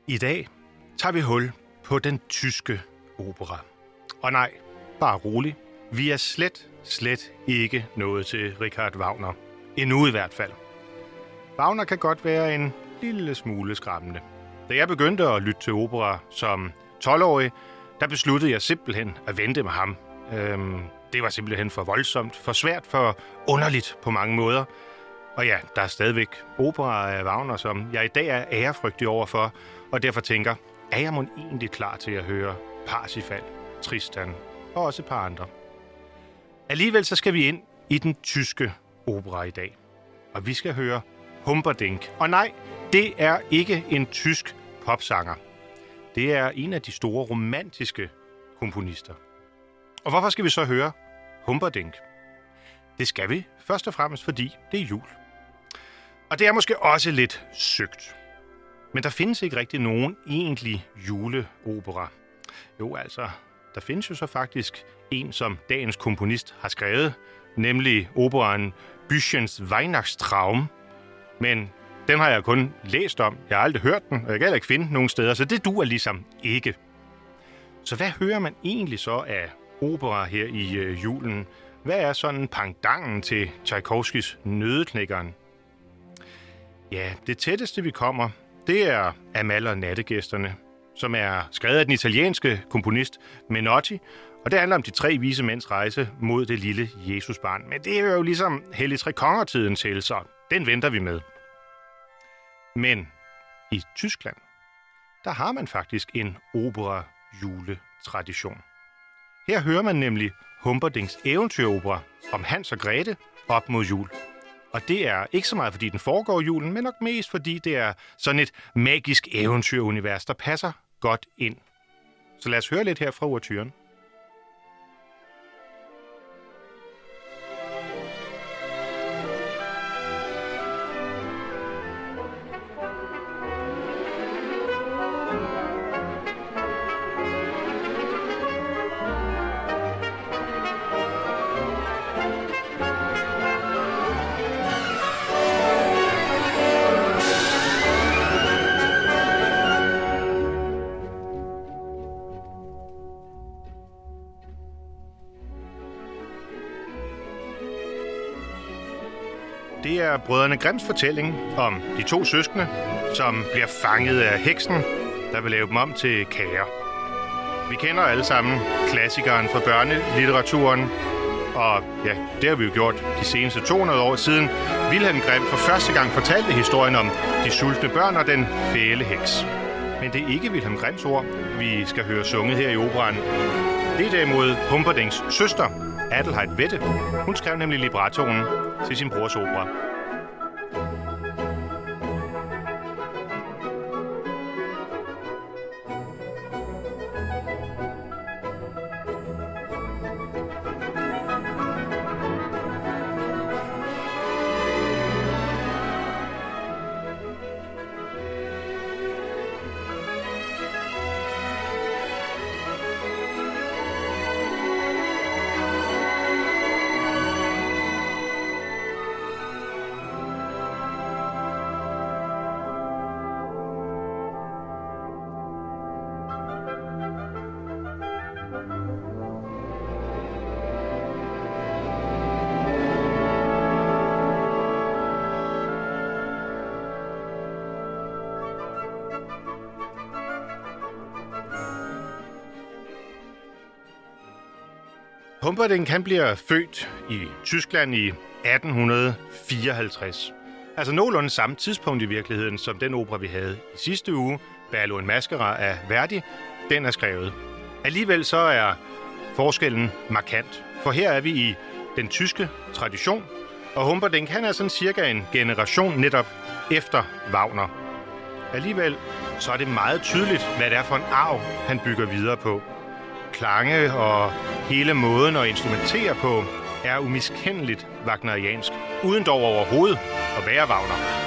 I dag tager vi hul på den tyske opera. Og nej, bare rolig. Vi er slet ikke nået til Richard Wagner. Endnu i hvert fald. Wagner kan godt være en lille smule skræmmende. Da jeg begyndte at lytte til opera som 12-årig, der besluttede jeg simpelthen at vente med ham. Det var simpelthen for voldsomt, for svært, for underligt på mange måder. Og ja, der er stadigvæk opera af Wagner, som jeg i dag er ærefrygtig overfor, og derfor tænker, er jeg mon egentlig klar til at høre Parsifal, Tristan og også et par andre. Alligevel så skal vi ind i den tyske opera i dag, og vi skal høre Humperdinck. Og nej, det er ikke en tysk popsanger. Det er en af de store romantiske komponister. Og hvorfor skal vi så høre Humperdinck? Det skal vi først og fremmest, fordi det er jul. Og det er måske også lidt søgt. Men der findes ikke rigtig nogen egentlig juleopera. Jo, altså, der findes jo så faktisk en, som dagens komponist har skrevet, nemlig operaen Büchens Weihnachtstraum. Men den har jeg kun læst om. Jeg har aldrig hørt den, og jeg kan heller ikke finde nogen steder, så det duer ligesom ikke. Så hvad hører man egentlig så af opera her i julen? Hvad er sådan pangdangen til Tchaikovskys Nøddeknækkeren? Ja, det tætteste vi kommer, det er Amal og Nattegæsterne, som er skrevet af den italienske komponist Menotti, og det handler om de 3 vise mænds rejse mod det lille Jesusbarn. Men det er jo ligesom Hellig Tre Konger-tiden til, så den venter vi med. Men i Tyskland, der har man faktisk en opera-juletradition. Her hører man nemlig Humperdincks eventyropera om Hans og Grete op mod jul. Og det er ikke så meget, fordi den foregår julen, men nok mest, fordi det er sådan et magisk eventyrunivers, der passer godt ind. Så lad os høre lidt her fra ouverturen. Det er brødrene Grimms fortælling om de 2 søskende, som bliver fanget af heksen, der vil lave dem om til kager. Vi kender alle sammen klassikeren fra børnelitteraturen, og ja, det har vi jo gjort de seneste 200 år siden. Wilhelm Grimm for første gang fortalte historien om de sultne børn og den fæle heks. Men det er ikke Wilhelm Grimms ord, vi skal høre sunget her i operaen. Det er derimod Humperdincks søster, Adelheid Wette. Hun skrev nemlig librettoen til sin brors opera. Humperdinck han bliver født i Tyskland i 1854. Altså nogenlunde samme tidspunkt i virkeligheden, som den opera, vi havde i sidste uge, Ballo en Masquerade af Verdi, den er skrevet. Alligevel så er forskellen markant, for her er vi i den tyske tradition, og Humperdinck han er sådan cirka en generation netop efter Wagner. Alligevel så er det meget tydeligt, hvad det er for en arv, han bygger videre på. Klange og hele måden at instrumentere på er umiskendeligt wagneriansk, uden dog overhovedet at være Wagner.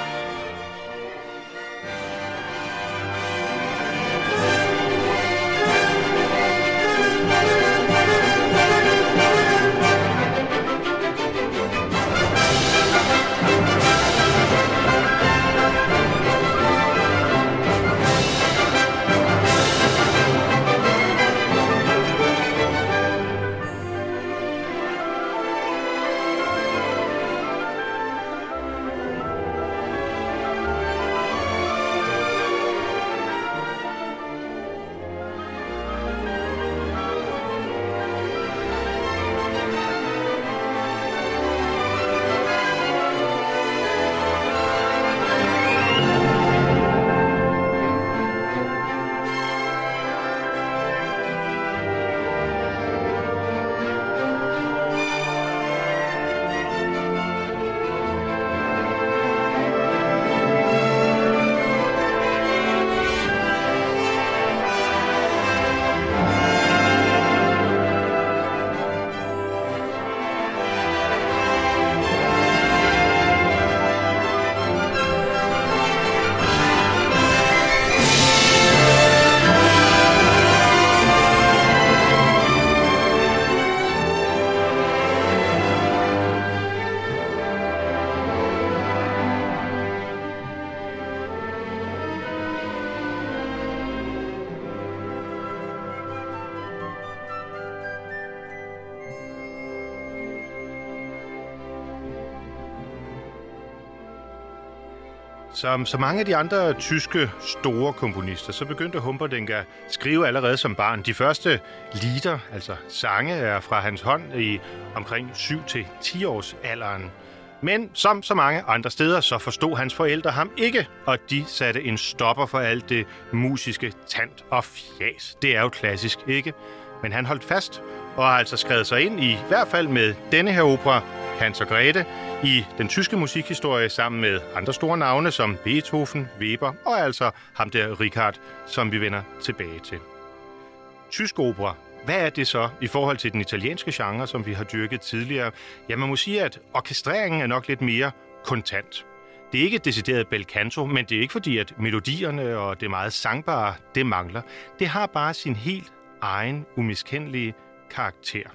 Som så mange af de andre tyske store komponister, så begyndte Humperdinck at skrive allerede som barn. De første lieder, altså sange, er fra hans hånd i omkring 7-10 års alderen. Men som så mange andre steder, så forstod hans forældre ham ikke, og de satte en stopper for alt det musiske tant og fjas. Det er jo klassisk, ikke? Men han holdt fast og har altså skrevet sig ind i hvert fald med denne her opera, Hans og Grete, i den tyske musikhistorie sammen med andre store navne som Beethoven, Weber og altså ham der Richard, som vi vender tilbage til. Tysk opera. Hvad er det så i forhold til den italienske genre, som vi har dyrket tidligere? Ja, man må sige, at orkestreringen er nok lidt mere kontant. Det er ikke et decideret bel canto, men det er ikke fordi, at melodierne og det meget sangbare, det mangler. Det har bare sin helt egen umiskendelige karakter.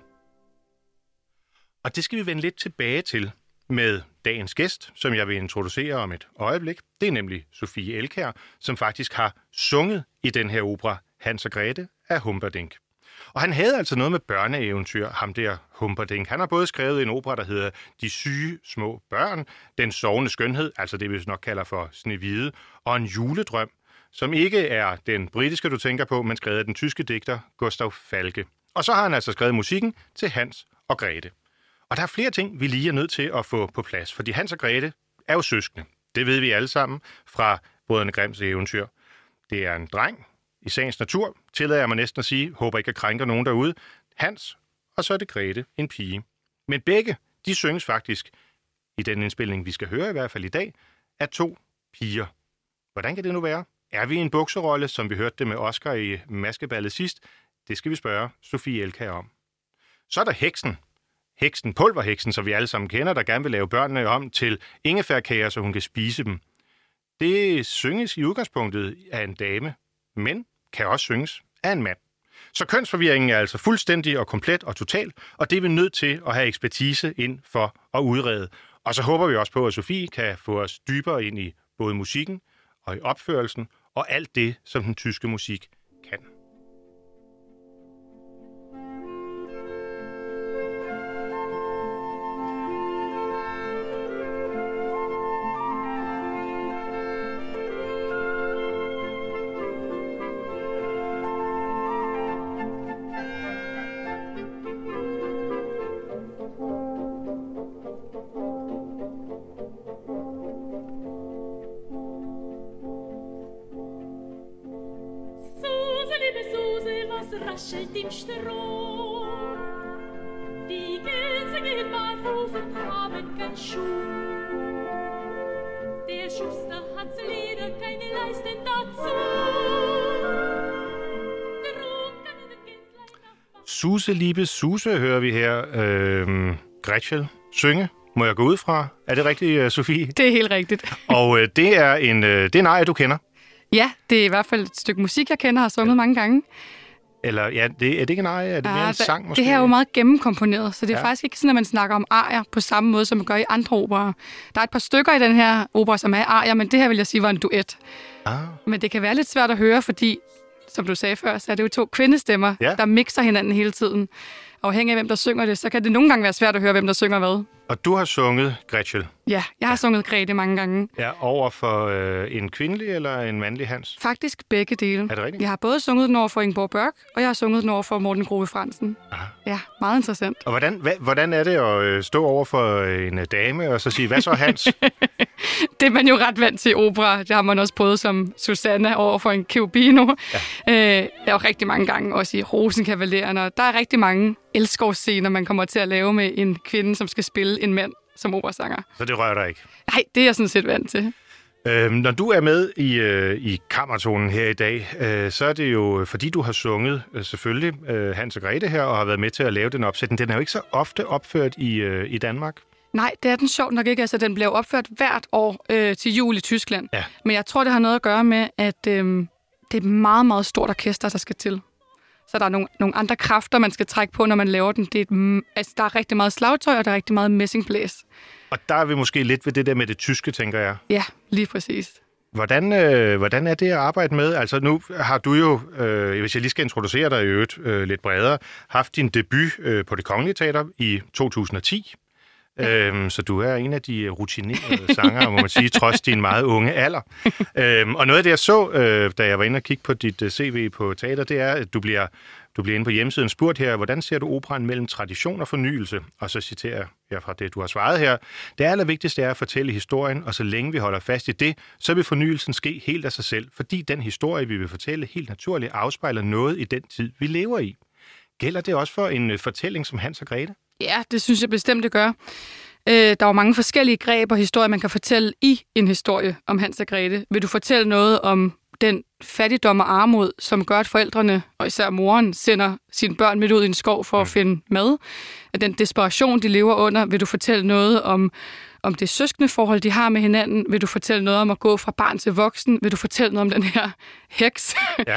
Og det skal vi vende lidt tilbage til med dagens gæst, som jeg vil introducere om et øjeblik. Det er nemlig Sofie Elkjær, som faktisk har sunget i den her opera Hans og Grete af Humperdinck. Og han havde altså noget med børneeventyr, ham der Humperdinck. Han har både skrevet en opera, der hedder De syge små børn, Den sovende skønhed, altså det vi nok kalder for Snehvide, og En juledrøm, som ikke er den britiske, du tænker på, men skrevet af den tyske digter Gustav Falke. Og så har han altså skrevet musikken til Hans og Grete. Og der er flere ting, vi lige er nødt til at få på plads, fordi Hans og Grete er jo søskende. Det ved vi alle sammen fra Brødrene Grimms eventyr. Det er en dreng i sagens natur, tillader jeg mig næsten at sige, håber ikke at krænker nogen derude, Hans, og så er det Grete, en pige. Men begge, de synges faktisk, i den indspilning, vi skal høre i hvert fald i dag, af 2 piger. Hvordan kan det nu være? Er vi i en bukserolle, som vi hørte det med Oscar i Maskeballet sidst? Det skal vi spørge Sofie Elkjær om. Så er der heksen, pulverheksen, som vi alle sammen kender, der gerne vil lave børnene om til ingefærkager, så hun kan spise dem. Det synges i udgangspunktet af en dame, men kan også synges af en mand. Så kønsforvirringen er altså fuldstændig og komplet og total, og det er vi nødt til at have ekspertise ind for at udrede. Og så håber vi også på, at Sofie kan få os dybere ind i både musikken og i opførelsen og alt det, som den tyske musik kan. raschelt im Stroh. Die Gänse gehen barfuß und haben kein Schuh. Der Schuster hat Leder, keine Leisten dazu. Suse, liebe Suse, hører vi her Gretchen synge. Må jeg gå ud fra? Er det rigtigt, Sofie? Det er helt rigtigt. Og det er en arie, du kender? Ja, det er i hvert fald et stykke musik, jeg kender og har sunget mange gange. Eller ja, er det ikke en arie? Er det mere en sang måske? Det her er jo meget gennemkomponeret, så det er faktisk ikke sådan, at man snakker om arier på samme måde, som man gør i andre operer. Der er et par stykker i den her opera, som er arier, men det her vil jeg sige var en duet. Men det kan være lidt svært at høre, fordi, som du sagde før, så er det jo 2 kvindestemmer, der mixer hinanden hele tiden. Afhængig af, hvem der synger det, så kan det nogle gange være svært at høre, hvem der synger hvad. Og du har sunget Gretchen? Ja, jeg har sunget Grete mange gange. Ja, over for en kvindelig eller en mandlig Hans? Faktisk begge dele. Er det rigtigt? Jeg har både sunget den over for Ingeborg Børk, og jeg har sunget den over for Morten Grove Fransen. Aha. Ja, meget interessant. Og hvordan er det at stå over for en dame og så sige, hvad så Hans? Det er man jo ret vant til i opera. Det har man også prøvet som Susanna over for en Cherubino. Ja. Der er jo rigtig mange gange også i Rosenkavaleren, og der er rigtig mange elskovsscener, man kommer til at lave med en kvinde, som skal spille en mand som operasanger. Så det rører dig ikke? Nej, det er jeg sådan set vant til. Når du er med i kammertonen her i dag, så er det jo, fordi du har sunget selvfølgelig Hans og Grete her, og har været med til at lave den opsætning. Den er jo ikke så ofte opført i Danmark. Nej, det er den sjovt nok ikke. Altså, den bliver opført hvert år til jul i Tyskland. Ja. Men jeg tror, det har noget at gøre med, at det er et meget, meget stort orkester, der skal til. Så der er nogle andre kræfter, man skal trække på, når man laver den. Der er rigtig meget slagtøj, og der er rigtig meget messingblæs. Og der er vi måske lidt ved det der med det tyske, tænker jeg. Ja, lige præcis. Hvordan er det at arbejde med? Altså nu har du jo, hvis jeg lige skal introducere dig i øvrigt lidt bredere, haft din debut på Det Kongelige Teater i 2010. Så du er en af de rutinerede sangere, må man sige, trods din meget unge alder. Og noget af det, jeg så, da jeg var inde og kigge på dit CV på teater, det er, at du bliver inde på hjemmesiden spurgt her, hvordan ser du operaen mellem tradition og fornyelse? Og så citerer jeg fra det, du har svaret her. Det allervigtigste er at fortælle historien, og så længe vi holder fast i det, så vil fornyelsen ske helt af sig selv, fordi den historie, vi vil fortælle, helt naturligt afspejler noget i den tid, vi lever i. Gælder det også for en fortælling som Hans og Grete? Ja, det synes jeg bestemt, det gør. Der er jo mange forskellige greb og historier, man kan fortælle i en historie om Hans og Grete. Vil du fortælle noget om den fattigdom og armod, som gør, at forældrene, og især moren, sender sine børn midt ud i en skov for at finde mad? Den desperation, de lever under. Vil du fortælle noget om det søskende forhold, de har med hinanden? Vil du fortælle noget om at gå fra barn til voksen? Vil du fortælle noget om den her heks,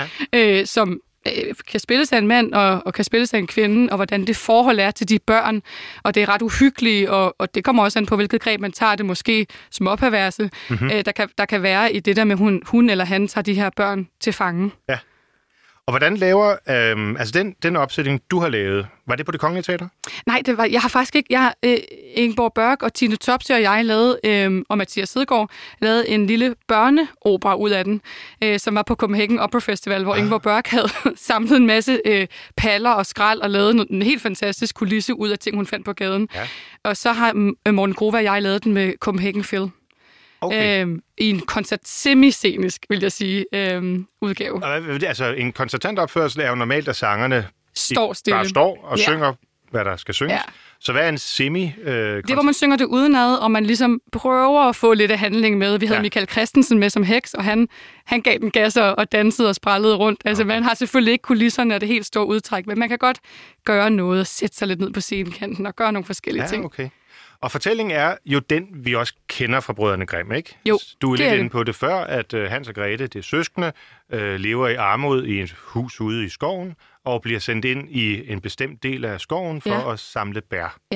som kan spilles af en mand og kan spilles af en kvinde, og hvordan det forhold er til de børn, og det er ret uhyggeligt, og det kommer også an på, hvilket greb man tager det, måske småperverse, der kan være i det der med, hun eller han tager de her børn til fange. Ja. Og hvordan laver, den opsætning, du har lavet, var det på Det Kongelige Teater? Nej, jeg har faktisk ikke. Ingeborg Børk og Tine Topsøe og jeg lavede, og Mathias Hedegaard, lavede en lille børneopera ud af den, som var på Copenhagen Opera Festival, hvor Ingeborg Børk havde samlet en masse paller og skrald og lavet en helt fantastisk kulisse ud af ting, hun fandt på gaden. Ja. Og så har Morten Grove og jeg lavet den med Copenhagen Phil. Okay. I en semi-scenisk, vil jeg sige, udgave. Altså, en koncertant opførsel er jo normalt, at sangerne bare står og synger, hvad der skal synges. Ja. Så hvad er en semi? Det er, hvor man synger det udenad, og man ligesom prøver at få lidt af handling med. Vi havde Michael Christensen med som heks, og han gav den gas og dansede og sprællede rundt. Altså, man har selvfølgelig ikke kulisserne og det helt store udtræk, men man kan godt gøre noget og sætte sig lidt ned på scenekanten og gøre nogle forskellige ting. Okay. Og fortællingen er jo den, vi også kender fra Brødrene Grimm, ikke? Jo, du er lidt inde på det før, at Hans og Grete, det er søskende, lever i armod i et hus ude i skoven, og bliver sendt ind i en bestemt del af skoven for at samle bær. Ja.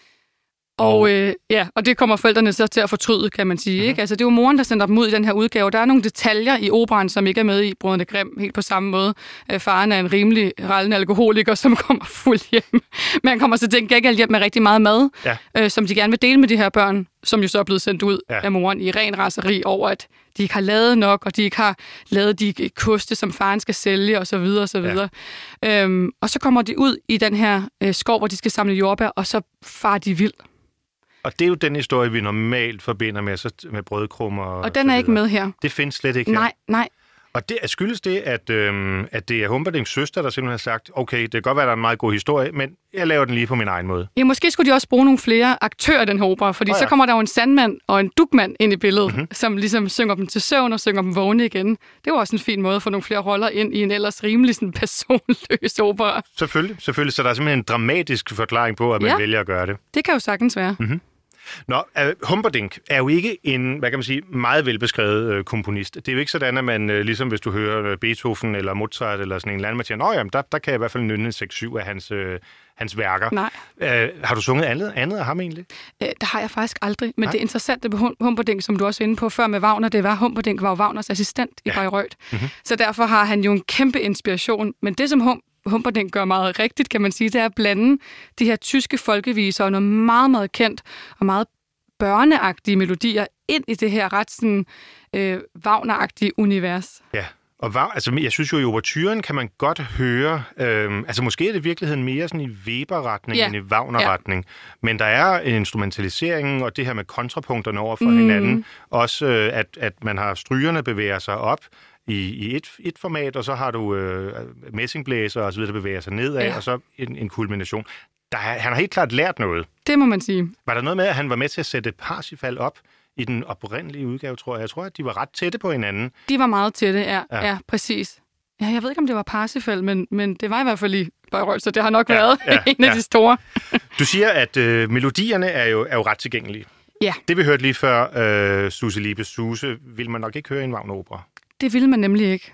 Og det kommer forældrene så til at fortryde, kan man sige. Ikke? Altså, det er jo moren, der sender dem ud i den her udgave. Der er nogle detaljer i operaen, som ikke er med i Brødrene Grimm helt på samme måde. Faren er en rimelig rallende alkoholiker, som kommer fuldt hjem. Men han kommer så til gengæld hjem med rigtig meget mad, som de gerne vil dele med de her børn, som jo så er blevet sendt ud af moren i ren raseri over, at de ikke har lavet nok, og de ikke har lavet de koste, som faren skal sælge, osv. osv. Og så kommer de ud i den her skov, hvor de skal samle jordbær, og så farer de vild. Og det er jo den historie, vi normalt forbinder med brødkrummer. Og den er ikke med her. Det findes slet ikke her. Nej. Og det skyldes det, at det er Humperdincks søster, der simpelthen har sagt, okay, det kan godt være, der er en meget god historie, men jeg laver den lige på min egen måde. Ja, måske skulle de også bruge nogle flere aktører i den her opera, fordi så kommer der jo en sandmand og en dugmand ind i billedet, som ligesom synger dem til søvn og synger dem vågne igen. Det var også en fin måde at få nogle flere roller ind i en ellers rimelig sådan personløs opera. Selvfølgelig. Så der er simpelthen en dramatisk forklaring på, at man vælger at gøre det. Det kan jo sagtens være. Nå, Humperdinck er jo ikke en, hvad kan man sige, meget velbeskrevet komponist. Det er jo ikke sådan, at man, ligesom hvis du hører Beethoven eller Mozart eller sådan en eller anden, man siger, der kan jeg i hvert fald nynne 6-7 af hans værker. Nej. Har du sunget andet af ham egentlig? Det har jeg faktisk aldrig, men det interessante med Humperdinck, som du også var inde på før med Wagner, det var, at Humperdinck var Wagners assistent i Bayreuth. Så derfor har han jo en kæmpe inspiration. Men det, som Humperdinck gør meget rigtigt, kan man sige, det er at blande de her tyske folkeviser og noget meget, meget kendt og meget børneagtige melodier ind i det her ret sådan Wagner-agtige univers. Ja, og jeg synes jo, i ouverturen kan man godt høre, måske er det i virkeligheden mere sådan i Weber-retning end i Wagner-retning, men der er en instrumentalisering og det her med kontrapunkterne over for hinanden, også at man har strygerne bevæger sig op i et format, og så har du messingblæser og så videre, der bevæger sig nedad, og så en kulmination. Han har helt klart lært noget. Det må man sige. Var der noget med, at han var med til at sætte Parsifal op i den oprindelige udgave, tror jeg? Jeg tror, at de var ret tætte på hinanden. De var meget tætte, ja præcis. Ja, jeg ved ikke, om det var Parsifal, men det var i hvert fald i Bayreuth, så det har nok været en af de store. Du siger, at melodierne er jo ret tilgængelige. Ja. Det vi hørte lige før, Suse Liebe Suse, vil man nok ikke høre i en Wagner-opera. Det vil man nemlig ikke.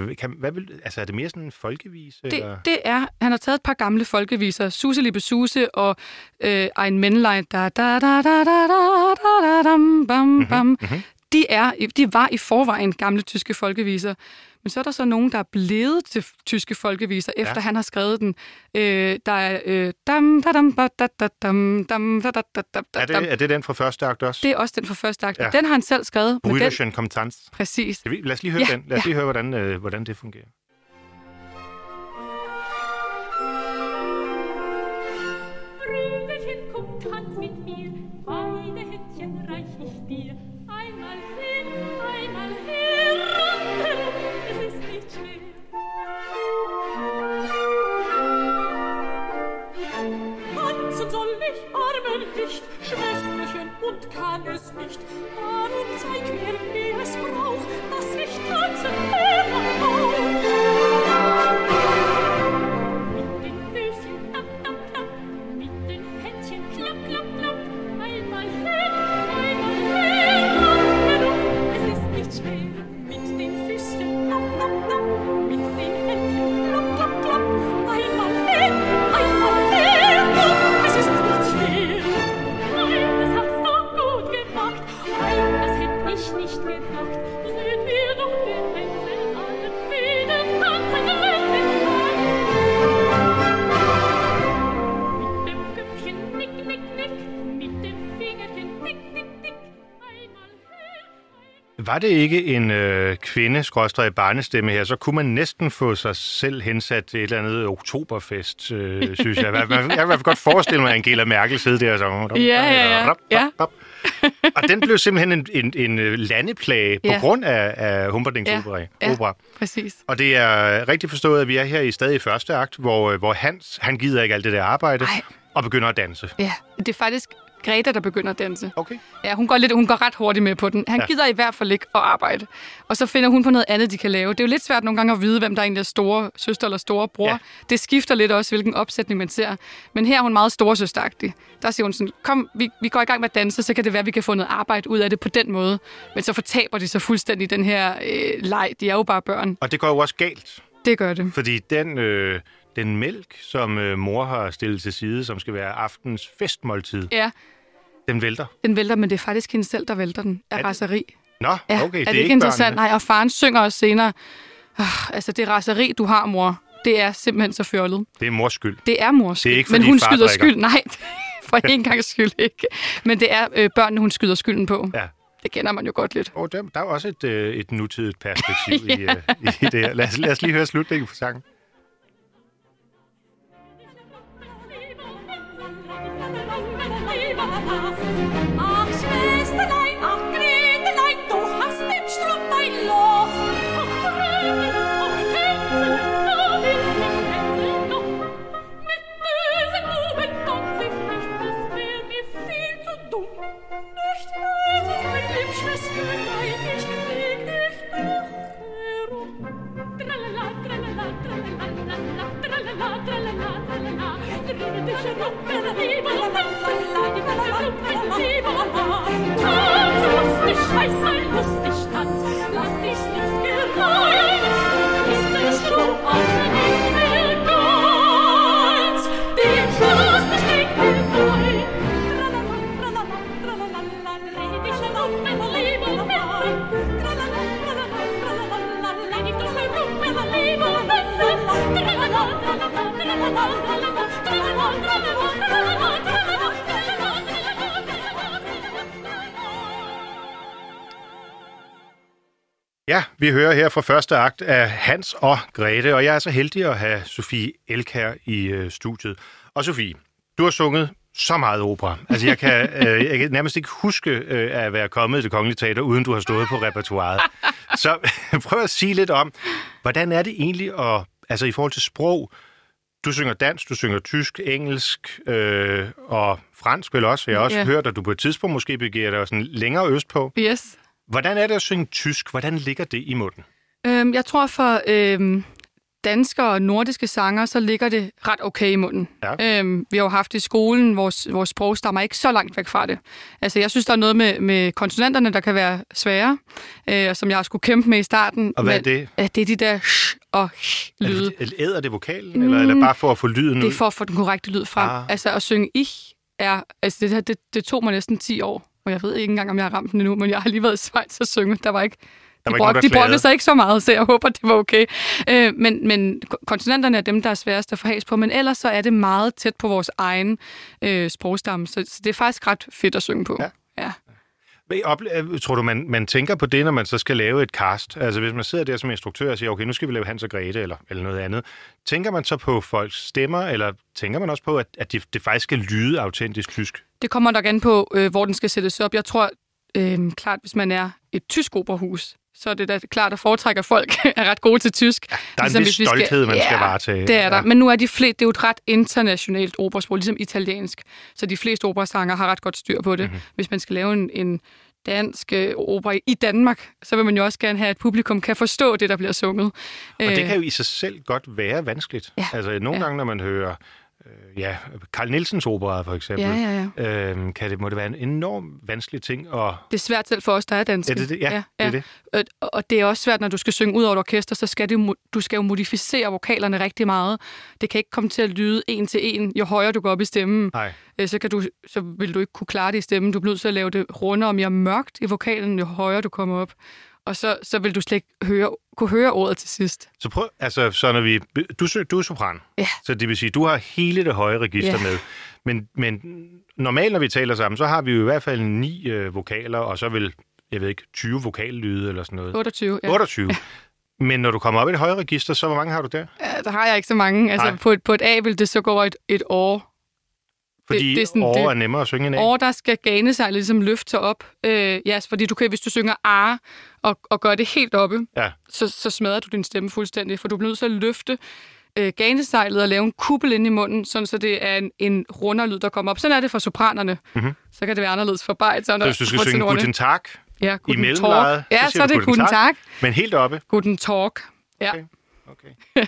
Er det mere sådan en folkevise? Det er. Han har taget et par gamle folkeviser. Suse Liebe Suse og Ein Männlein. de var i forvejen gamle tyske folkeviser. Men så er der så nogen, der er blevet til tyske folkeviser, efter han har skrevet den. Der er... Er det den fra første akt også? Det er også den fra første akt. Den har han selv skrevet. Brüderchen kommt Tanz. Præcis. Lad os lige høre den. Lad os lige høre, hvordan det fungerer. Brüderchen, komm, tanz mit mir, beide Händchen reich ich dir. Einmal hin, einmal her, rundherum, es ist nicht schwer. Tanzen soll ich, armer Wicht, Schwesterchen, und kann es nicht. Darum zeig mir, wie es braucht, dass ich tanzen höre auf. Mit den Füßchen, tap, tap, tap, mit den Händchen, klapp, klapp, klapp, einmal hin, einmal her, rundherum, es ist nicht schwer. Mit den Füßchen, tap, tap, tap, mit den Händchen, klapp, klapp, klapp, einmal hin, einmal her, es ist nicht schwer. Nein, das hast du gut gemacht, nein, das hätt ich nicht gedacht. Seht mir doch den Hänsel an, wie den tanzen lernen kann. Mit dem Köpfchen nick, nick, nick, mit dem Fingerchen nick, nick, nick, einmal her. Var det ikke en kvinde-barnestemme her, så kunne man næsten få sig selv hensat til et eller andet oktoberfest, synes jeg. Jeg kan i hvert fald godt forestille mig, at Angela Merkel sidder der og så... Ja. Og den blev simpelthen en landeplage på grund af Humperdinck's opera. Præcis. Og det er rigtig forstået, at vi er her i stadig første akt, hvor han gider ikke alt det der arbejde og begynder at danse. Ja, det er faktisk Greta, der begynder at danse. Okay. Ja, hun går ret hurtigt med på den. Han gider i hvert fald ikke at arbejde. Og så finder hun på noget andet, de kan lave. Det er jo lidt svært nogle gange at vide, hvem der egentlig er store søster eller store bror. Ja. Det skifter lidt også, hvilken opsætning man ser. Men her er hun meget storesøsteragtig. Der siger hun sådan, kom, vi går i gang med at danse, så kan det være, at vi kan få noget arbejde ud af det på den måde. Men så fortaber de så fuldstændig den her leg. De er jo bare børn. Og det går jo også galt. Det gør det. Fordi den mælk, som mor har stillet til side, som skal være aftens festmåltid, den vælter. Den vælter, men det er faktisk hende selv, der vælter den af raseri. Nå, okay, det er ikke interessant. Nej, og faren synger også senere, altså det raseri, du har, mor, det er simpelthen så fjollet. Det er mors skyld. Det er mors skyld, det er ikke, fordi men hun skyder skyld. Nej, for en gang skyld ikke. Men det er børnene, hun skyder skylden på. Ja. Det kender man jo godt lidt. Der er også et nutidigt perspektiv i det her. Lad os lige høre slutningen på sangen. Ach, Schwesterlein, ach, Gretelein, du hast im Strumpf ein Loch. Ach, Gretel, ach, Hänsel, da hilft mich Hänsel noch. Mit bösen Buben tanz ich nicht, das wär mir viel zu dumm. Nicht böse, mein lieb Schwesterlein, ich krieg dich doch herum. Tralala, tralala, tralala, tralala, tralala, tralala, dreh dich herum, tralala, Tanz, lustig, scheiß sein, lustig, tanz, lass dich nicht gereuen, ist der Schuh auch nicht mehr ganz, den Schluss besteht mir neu. Tralala, tralala, tralala, dreh dich herum, mein lieber Hänsel, tralala, tralala, tralala, dreh dich doch herum, mein lieber Hänsel, tralala, tralala, tralala, tralala, tralala, tralala, tralala. Ja, vi hører her fra første akt af Hans og Grete, og jeg er så heldig at have Sofie Elkjær i studiet. Og Sofie, du har sunget så meget opera. Altså, jeg kan nærmest ikke huske at være kommet til Kongelige Teater, uden du har stået på repertoiret. Så prøv at sige lidt om, hvordan er det egentlig, altså i forhold til sprog, du synger dansk, du synger tysk, engelsk og fransk vel også. Jeg har også hørt, at du på et tidspunkt måske begiver dig sådan længere østpå. Yes. Hvordan er det at synge tysk? Hvordan ligger det i munden? Jeg tror for danske og nordiske sanger, så ligger det ret okay i munden. Ja. Vi har jo haft i skolen, vores sprog stammer ikke så langt væk fra det. Altså, jeg synes, der er noget med konsonanterne, der kan være svære, som jeg skulle kæmpe med i starten. Og hvad er det? Det er de der sh og sh lyde. Æder det vokalen, eller bare for at få lyden ud? Det er for at få den korrekte lyd frem. Altså, at synge ich altså det tog mig næsten 10 år. og jeg ved ikke engang, om jeg har ramt den endnu, men jeg har lige været i Schweiz og synge. Der var ikke... De brokkede sig ikke så meget, så jeg håber, det var okay. Men konsonanterne er dem, der er sværest at få has på, men ellers så er det meget tæt på vores egen sprogstamme, så det er faktisk ret fedt at synge på. Ja. Tror du, man tænker på det, når man så skal lave et cast? Altså hvis man sidder der som instruktør og siger, okay, nu skal vi lave Hans og Grete eller noget andet. Tænker man så på folks stemmer, eller tænker man også på, at det faktisk skal lyde autentisk tysk? Det kommer nok an på, hvor den skal sættes op. Jeg tror klart, hvis man er et tysk operahus, så er det da klart, at foretrækker folk er ret gode til tysk. Ja, der er en vis stolthed, man skal varetage. Det er der. Men nu er det er jo et ret internationalt operasprog, ligesom italiensk. Så de fleste operasanger har ret godt styr på det. Mm-hmm. Hvis man skal lave en dansk opera i Danmark, så vil man jo også gerne have, at publikum kan forstå det, der bliver sunget. Og det kan jo i sig selv godt være vanskeligt. Ja. Altså nogle gange, når man hører Carl Nielsens opera for eksempel, må det være en enormt vanskelig ting. Det er svært selv for os, der er danske. Er det det? Ja, det er det. Og det er også svært, når du skal synge ud over et orkester, så skal du skal jo modificere vokalerne rigtig meget. Det kan ikke komme til at lyde en til en, jo højere du går op i stemmen. Nej. Så vil du ikke kunne klare det i stemmen. Du bliver nødt til at lave det rundere og mere mørkt i vokalen, jo højere du kommer op. Og så vil du slet ikke kunne høre ordet til sidst. Så prøv, så når du er sopran, så det vil sige, du har hele det høje register med. Men normalt, når vi taler sammen, så har vi jo i hvert fald 9 vokaler, og så vil, 20 vokallyde eller sådan noget. 28, ja. 28. Men når du kommer op i det høje register, så hvor mange har du der? Ja, der har jeg ikke så mange. Altså på et A vil det så gå et år. Fordi det er nemmere at synge end A? År, der skal ganesejlet ligesom løfte sig op. Fordi hvis du synger A og gør det helt oppe, så smadrer du din stemme fuldstændig, for du bliver nødt til at løfte ganesejlet og lave en kuppel ind i munden, sådan så det er en rundere lyd, der kommer op. Sådan er det for sopranerne. Mm-hmm. Så kan det være anderledes for baritone. Så hvis du skal synge Guten Tag i mellemlejet, så er det Guten Tag. Men helt oppe? Guten Tag. Ja. Okay.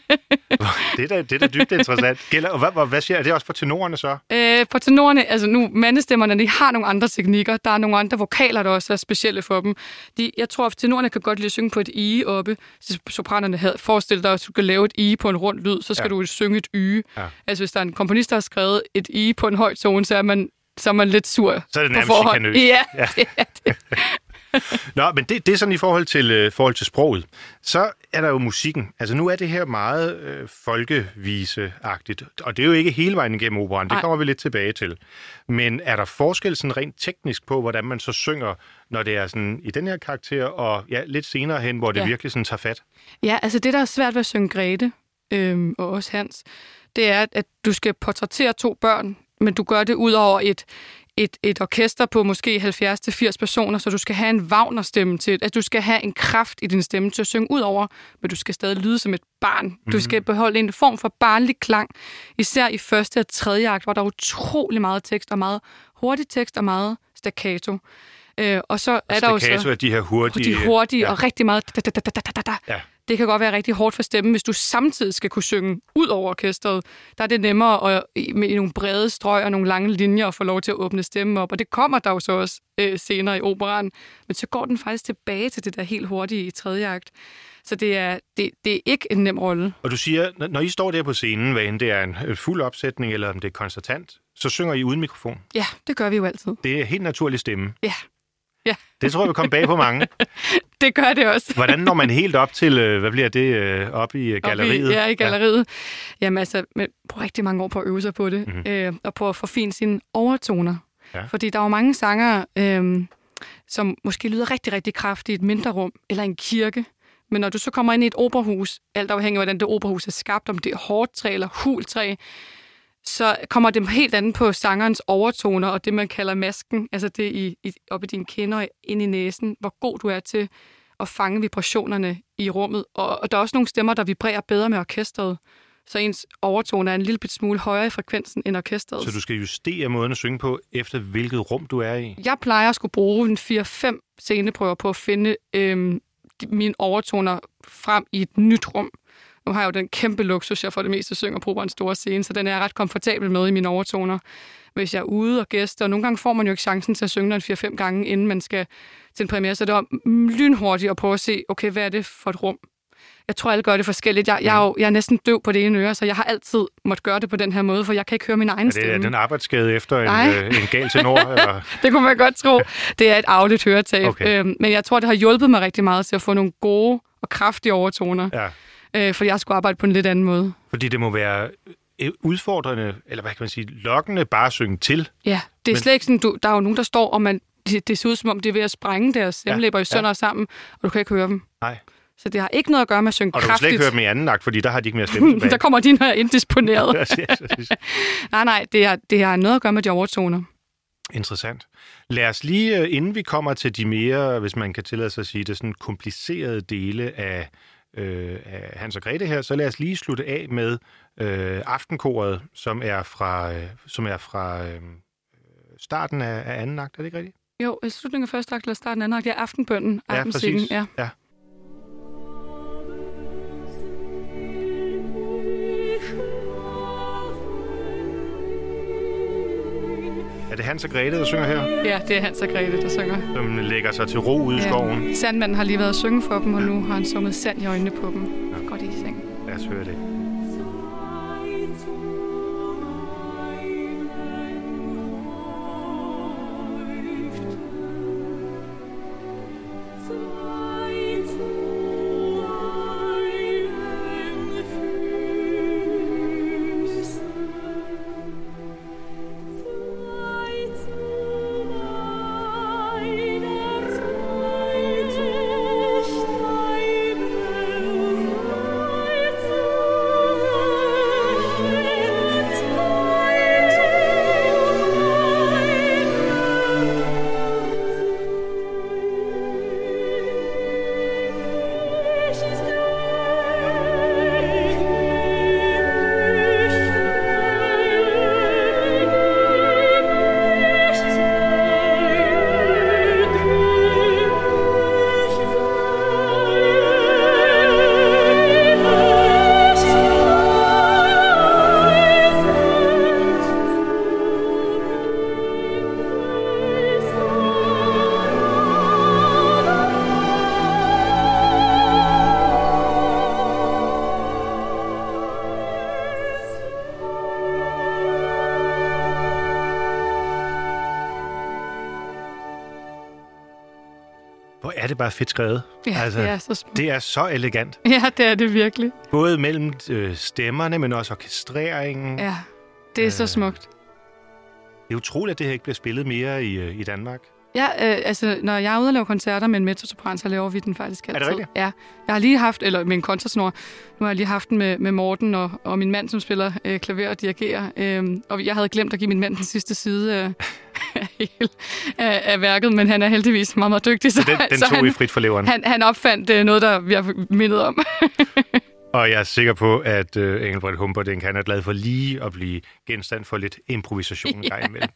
Det er da dybt interessant. Hvad siger? Er det også for tenorerne så? For tenorerne, altså nu, mandestemmerne, de har nogle andre teknikker. Der er nogle andre vokaler, der også er specielle for dem. Jeg tror, at tenorerne kan godt lide at synge på et i oppe. Så sopranerne havde forestillet dig, at du kan lave et i på en rund lyd, så skal du synge et y. Ja. Altså hvis der er en komponist, der har skrevet et i på en høj tone, så er man lidt sur. Så er det nærmest chikanøst. Ja, det er det. Nå, men det er sådan i forhold til sproget. Så er der jo musikken. Altså nu er det her meget folkeviseagtigt, og det er jo ikke hele vejen igennem operaen. Det kommer vi lidt tilbage til. Men er der forskel sådan rent teknisk på, hvordan man så synger, når det er sådan i den her karakter, og lidt senere hen, hvor det virkelig sådan tager fat? Ja, altså det, der er svært ved at synge Grete, og også Hans, det er, at du skal portrættere 2 børn, men du gør det ud over et orkester på måske 70-80 personer, så du skal have en Wagner-stemme til, at du skal have en kraft i din stemme til at synge ud over, men du skal stadig lyde som et barn. Du skal beholde en form for barnlig klang, især i første og tredje akt, hvor der er utrolig meget tekst, og meget hurtig tekst, og meget staccato. Og så er der jo så... de her hurtige... og rigtig meget... Ja. Det kan godt være rigtig hårdt for stemmen, hvis du samtidig skal kunne synge ud over orkestret. Der er det nemmere med nogle brede strøg og nogle lange linjer at få lov til at åbne stemmen op. Og det kommer der jo så også senere i operaen. Men så går den faktisk tilbage til det der helt hurtige i tredje akt. Så det er ikke en nem rolle. Og du siger, når I står der på scenen, hvad end det er en fuld opsætning, eller om det er koncertant, så synger I uden mikrofon? Ja, det gør vi jo altid. Det er helt naturlig stemme? Ja. Ja. Det tror jeg vil komme bag på mange. Det gør det også. Hvordan når man helt op til, hvad bliver det, op i galleriet? I galleriet. Ja. Jamen altså, man bruger rigtig mange år på at øve sig på det, og på at forfine sine overtoner. Ja. Fordi der er jo mange sanger, som måske lyder rigtig, rigtig kraftigt i et mindre rum, eller en kirke. Men når du så kommer ind i et operahus, alt afhængig af, hvordan det operahus er skabt, om det er hårdt træ eller hultræ, så kommer det helt andet på sangerens overtoner, og det, man kalder masken, altså det op i dine kinder og ind i næsen, hvor god du er til at fange vibrationerne i rummet. Og der er også nogle stemmer, der vibrerer bedre med orkestret, så ens overtoner er en lille smule højere i frekvensen end orkestret. Så du skal justere måden at synge på, efter hvilket rum du er i? Jeg plejer at skulle bruge en 4-5 sceneprøver på at finde mine overtoner frem i et nyt rum. Nu har jeg jo den kæmpe luksus, jeg for det meste synger på en stor scene, så den er jeg ret komfortabel med i mine overtoner. Hvis jeg er ude og gæster, og nogle gange får man jo ikke chancen til at synge den 4-5 gange, inden man skal til en premiere, så det er lynhurtigt at prøve at se, okay, hvad er det for et rum? Jeg tror, alle gør det forskelligt. Jeg er næsten døv på det ene øre, så jeg har altid måttet gøre det på den her måde, for jeg kan ikke høre min egen stemme. Er det den arbejdsskade efter en gal tenor? Eller? Det kunne man godt tro. Det er et arveligt høretab. Okay. Men jeg tror, det har hjulpet mig rigtig meget til at få nogle gode og kraftige overtoner. Ja. For jeg skulle arbejde på en lidt anden måde. Fordi det må være udfordrende, eller hvad kan man sige, lokkende bare at synge til. Ja, det er slet ikke sådan, der er jo nogen, der står, og det ser ud som om, det er ved at sprænge deres stemmelæber i sønder sammen, og du kan ikke høre dem. Nej. Så det har ikke noget at gøre med at synge kraftigt. Og du kan slet ikke høre dem i anden akt, fordi der har de ikke mere stemme tilbage. Der kommer de, når jeg er indisponeret. Nej, det har noget at gøre med de overtoner. Interessant. Lad os lige, inden vi kommer til de mere, hvis man kan tillade sig at sige det, sådan komplicerede dele af Hans og Grete her, så lad os lige slutte af med Aftenkoret, som er fra starten af anden akt. Er det ikke rigtigt? Jo, slutningen af første akt eller starten af anden akt. Det er Aftenbønnen. Ja, præcis. Ja. Er det Hans og Grete, der synger her? Ja, det er Hans og Grete, der synger. Som lægger sig til ro ude i skoven. Sandmanden har lige været at synge for dem, og nu har han sunget sand i øjnene på dem. Ja. Godt i seng. Lad os høre det. Er det bare fedt skrevet? Ja, altså, det er så smukt. Det er så elegant. Ja, det er det virkelig. Både mellem stemmerne, men også orkestreringen. Ja, det er så smukt. Det er utroligt, at det her ikke bliver spillet mere i Danmark. Ja, altså, når jeg er ude og lave koncerter med en mezzosopran, så laver vi den faktisk altid. Er det rigtigt? Ja. Jeg har lige haft, eller med en kontrasnor, nu har jeg lige haft den med Morten og min mand, som spiller klaver og dirigerer. Og jeg havde glemt at give min mand den sidste side af værket, men han er heldigvis meget, meget dygtig. Så den tog I frit for leveren? Han opfandt noget, der vi har mindet om. Og jeg er sikker på, at Engelbrecht Humperdinck, han er glad for lige at blive genstand for lidt improvisation en gang imellem.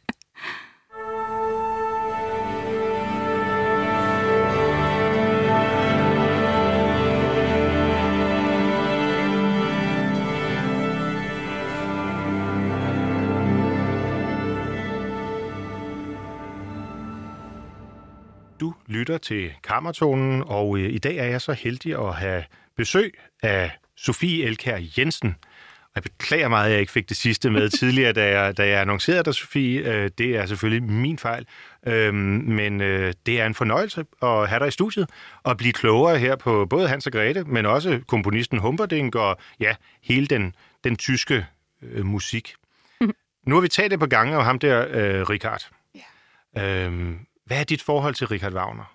Du lytter til Kammertonen, og i dag er jeg så heldig at have besøg af Sofie Elkjær Jensen. Og jeg beklager meget, at jeg ikke fik det sidste med tidligere, da jeg annoncerede dig, Sofie. Det er selvfølgelig min fejl, men det er en fornøjelse at have dig i studiet og blive klogere her på både Hans og Grete, men også komponisten Humperdinck og ja, hele den tyske musik. Nu har vi talt det på gange af ham der, Richard. Ja. Hvad er dit forhold til Richard Wagner?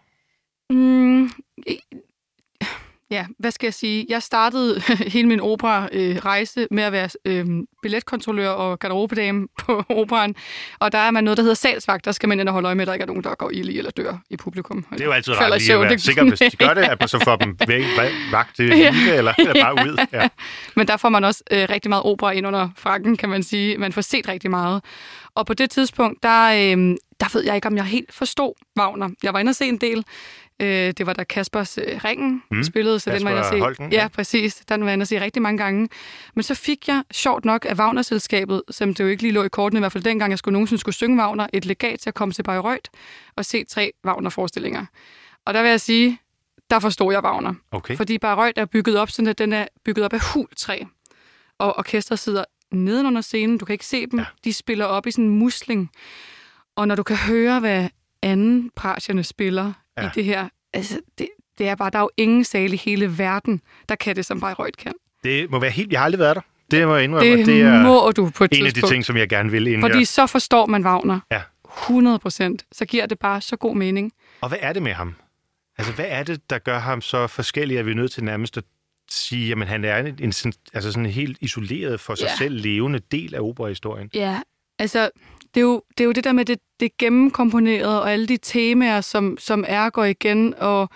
Ja, hvad skal jeg sige? Jeg startede hele min opera-rejse med at være billetkontrollør og garderobedame på operaen. Og der er man noget, der hedder salgsvagt. Der skal man ind og holde øje med, at der ikke er nogen, der går ild i eller dør i publikum. Det er jo altid ret lige at være sikker, hvis de gør det, at man så får dem væk, vagt til live, eller bare ud. Ja. Men der får man også rigtig meget opera ind under frakken, kan man sige. Man får set rigtig meget. Og på det tidspunkt, der ved jeg ikke, om jeg helt forstod Wagner. Jeg var inde og se en del. Det var da Kaspers Ringen spillede, så Kasper den var jeg inde at se. Holten, ja, præcis. Den var jeg inde at se rigtig mange gange. Men så fik jeg, sjovt nok, af Wagner-selskabet, som det jo ikke lige lå i kortene, i hvert fald dengang jeg nogensinde skulle synge Wagner, et legat til at komme til Bayreuth og se 3 Wagner-forestillinger. Og der vil jeg sige, der forstår jeg Wagner. Okay. Fordi Bayreuth er bygget op, sådan at den er bygget op af hultræ. Og orkestret sidder nedenunder scenen. Du kan ikke se dem. Ja. De spiller op i sådan en musling. Og når du kan høre, hvad anden partierne spiller i det her, altså det er bare, der er jo ingen sal i hele verden, der kan det, som Bayreuth kan. Det må være helt... Jeg har aldrig været der. Det må jeg indrømme. Det er må du på et en af de ting, som jeg gerne vil. Fordi så forstår man Wagner. Ja. 100%. Så giver det bare så god mening. Og hvad er det med ham? Altså, hvad er det, der gør ham så forskellig, at vi er nødt til nærmest at sige, jamen han er sådan en helt isoleret for sig selv levende del af operahistorien? Ja, altså det er jo det der med det gennemkomponerede og alle de temaer, som går igen. Og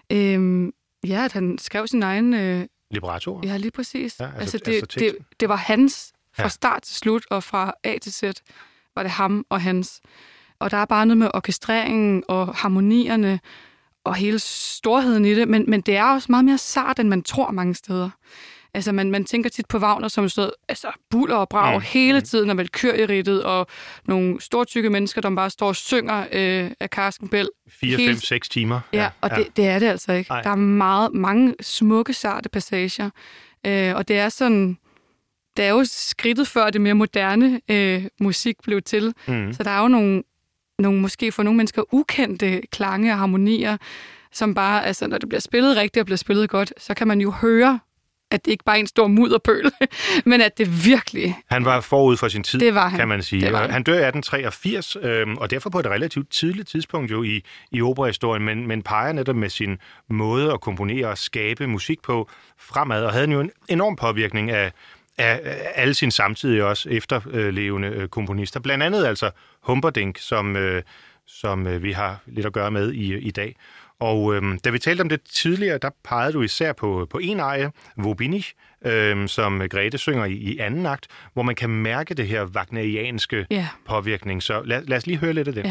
at han skrev sin egen... Libretto? Ja, lige præcis. Ja, altså det var hans fra start til slut, og fra A til Z var det ham og hans. Og der er bare noget med orkestreringen og harmonierne og hele storheden i det, men det er også meget mere sart, end man tror mange steder. Altså, man tænker tit på Wagner som stod, altså, buller og brag hele tiden, og valkyrieridtet, og nogle store tykke mennesker, der bare står og synger af Carsten Bell. 4, 5, 6 timer. Ja, og det er det altså ikke. Ej. Der er mange smukke, sarte passager, og det er sådan... Det er jo skridtet før det mere moderne musik blev til, så der er jo nogle måske for nogle mennesker ukendte klange og harmonier, som bare, altså når det bliver spillet rigtigt og bliver spillet godt, så kan man jo høre, at det ikke bare er en stor mudderpøl, men at det virkelig... Han var forud for sin tid, det var han. Kan man sige. Han dør i 1883, og derfor på et relativt tidligt tidspunkt jo i operahistorien, men peger netop med sin måde at komponere og skabe musik på fremad, og havde jo en enorm påvirkning af alle sine samtidige også efterlevende komponister. Blandt andet altså Humperdinck, som vi har lidt at gøre med i dag. Og da vi talte om det tidligere, der pegede du især på en arie, Wo bin ich, som Grete synger i anden akt, hvor man kan mærke det her wagnerianske påvirkning. Så lad os lige høre lidt af det. Ja.